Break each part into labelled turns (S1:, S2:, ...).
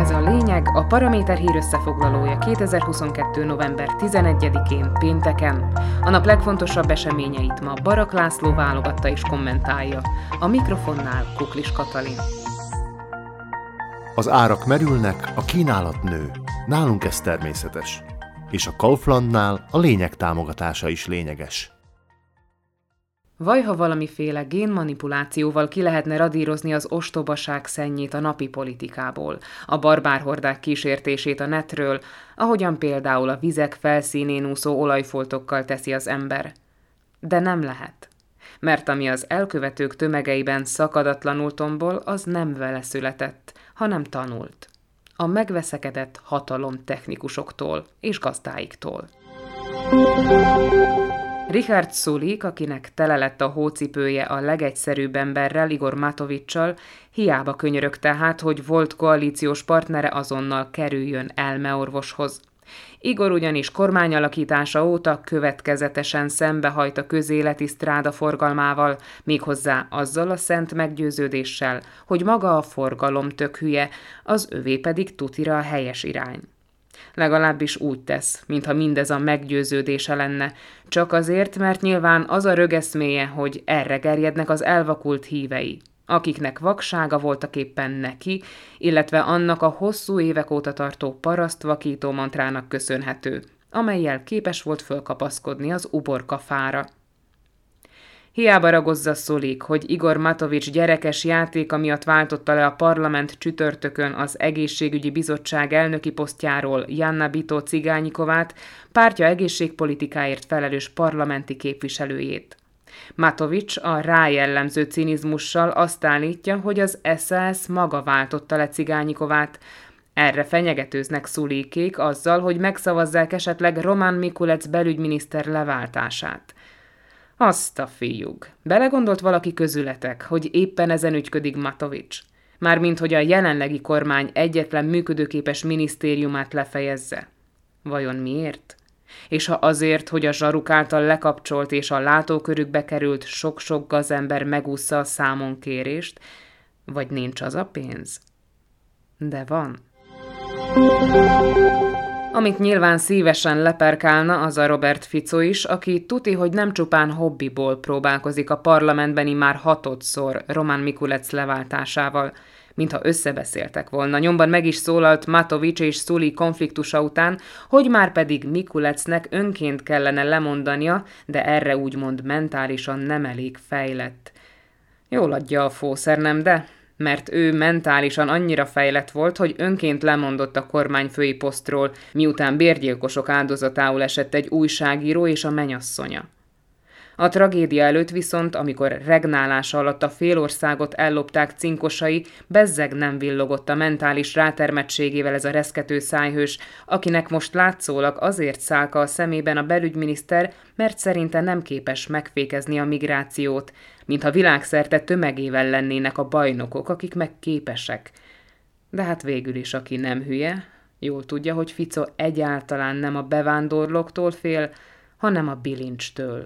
S1: Ez a lényeg, a Paraméter hír összefoglalója 2022. november 11-én pénteken. A nap legfontosabb eseményeit ma Barak László válogatta és kommentálja. A mikrofonnál Kuklis Katalin.
S2: Az árak merülnek, a kínálat nő. Nálunk ez természetes. És a Kauflandnál a lényeg támogatása is lényeges.
S1: Vaj, ha valamiféle génmanipulációval ki lehetne radírozni az ostobaság szennyét a napi politikából, a barbárhordák kísértését a netről, ahogyan például a vizek felszínén úszó olajfoltokkal teszi az ember. De nem lehet. Mert ami az elkövetők tömegeiben szakadatlanul tombol, az nem vele született, hanem tanult. A megveszekedett hatalomtechnikusoktól és gazdáiktól. Richard Sulik, akinek tele lett a hócipője a legegyszerűbb emberrel, Igor Matovičsal, hiába könyörög tehát, hogy volt koalíciós partnere azonnal kerüljön elmeorvoshoz. Igor ugyanis kormányalakítása óta következetesen szembehajt a közéleti sztráda forgalmával, méghozzá azzal a szent meggyőződéssel, hogy maga a forgalom tök hülye, az övé pedig tutira a helyes irány. Legalábbis úgy tesz, mintha mindez a meggyőződése lenne, csak azért, mert nyilván az a rögeszméje, hogy erre gerjednek az elvakult hívei, akiknek vaksága voltak éppen neki, illetve annak a hosszú évek óta tartó parasztvakító mantrának köszönhető, amellyel képes volt fölkapaszkodni az uborka fára. Hiába ragozza Sulik, hogy Igor Matovič gyerekes játéka miatt váltotta le a parlament csütörtökön az egészségügyi bizottság elnöki posztjáról Janna Bito Cigányikovát, pártja egészségpolitikáért felelős parlamenti képviselőjét. Matovič a rájellemző cinizmussal azt állítja, hogy az SZSZ maga váltotta le Cigányikovát. Erre fenyegetőznek Sulikék azzal, hogy megszavazzák esetleg Roman Mikulec belügyminiszter leváltását. Azt a fiúg. Belegondolt valaki közületek, hogy éppen ezen ügyködik Matovič? Mármint, hogy a jelenlegi kormány egyetlen működőképes minisztériumát lefejezze. Vajon miért? És ha azért, hogy a zsaruk által lekapcsolt és a látókörükbe került sok-sok gazember megússza a számonkérést, vagy nincs az a pénz? De van. Amit nyilván szívesen leperkálna, az a Robert Fico is, aki tuti, hogy nem csupán hobbiból próbálkozik a parlamentben immár hatodszor Roman Mikulec leváltásával, mintha összebeszéltek volna. Nyomban meg is szólalt Matovič és Sulik konfliktusa után, hogy már pedig Mikulecnek önként kellene lemondania, de erre úgymond mentálisan nem elég fejlett. Jól adja a fószer, nem de? Mert ő mentálisan annyira fejlett volt, hogy önként lemondott a kormányfői posztról, miután bérgyilkosok áldozatául esett egy újságíró és a menyasszonya. A tragédia előtt viszont, amikor regnálása alatt a félországot ellopták cinkosai, bezzeg nem villogott a mentális rátermettségével ez a reszkető szájhős, akinek most látszólag azért szálka a szemében a belügyminiszter, mert szerinte nem képes megfékezni a migrációt, mintha világszerte tömegével lennének a bajnokok, akik meg képesek. De hát végül is, aki nem hülye, jól tudja, hogy Fico egyáltalán nem a bevándorlóktól fél, hanem a bilincstől.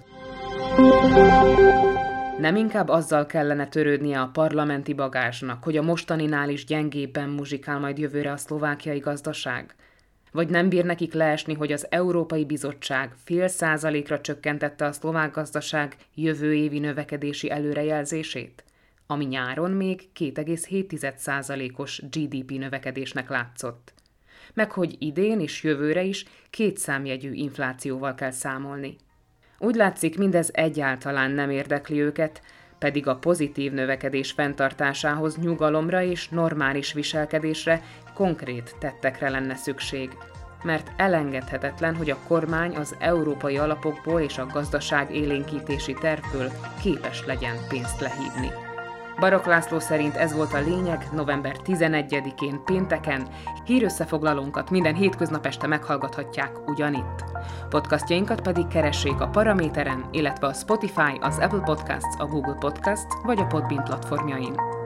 S1: Nem inkább azzal kellene törődnie a parlamenti bagázsnak, hogy a mostaninál is gyengébben muzsikál majd jövőre a szlovákiai gazdaság? Vagy nem bír nekik leesni, hogy az Európai Bizottság 0,5%-ra csökkentette a szlovák gazdaság jövő évi növekedési előrejelzését, ami nyáron még 2,7%-os GDP növekedésnek látszott. Meg hogy idén és jövőre is 2 számjegyű inflációval kell számolni. Úgy látszik, mindez egyáltalán nem érdekli őket, pedig a pozitív növekedés fenntartásához nyugalomra és normális viselkedésre, konkrét tettekre lenne szükség. Mert elengedhetetlen, hogy a kormány az európai alapokból és a gazdaság élénkítési tervből képes legyen pénzt lehívni. Barak László szerint ez volt a lényeg november 11-én pénteken. Hírösszefoglalónkat minden hétköznap este meghallgathatják ugyanitt. Podcastjainkat pedig keressék a Paraméteren, illetve a Spotify, az Apple Podcasts, a Google Podcasts vagy a Podbean platformjain.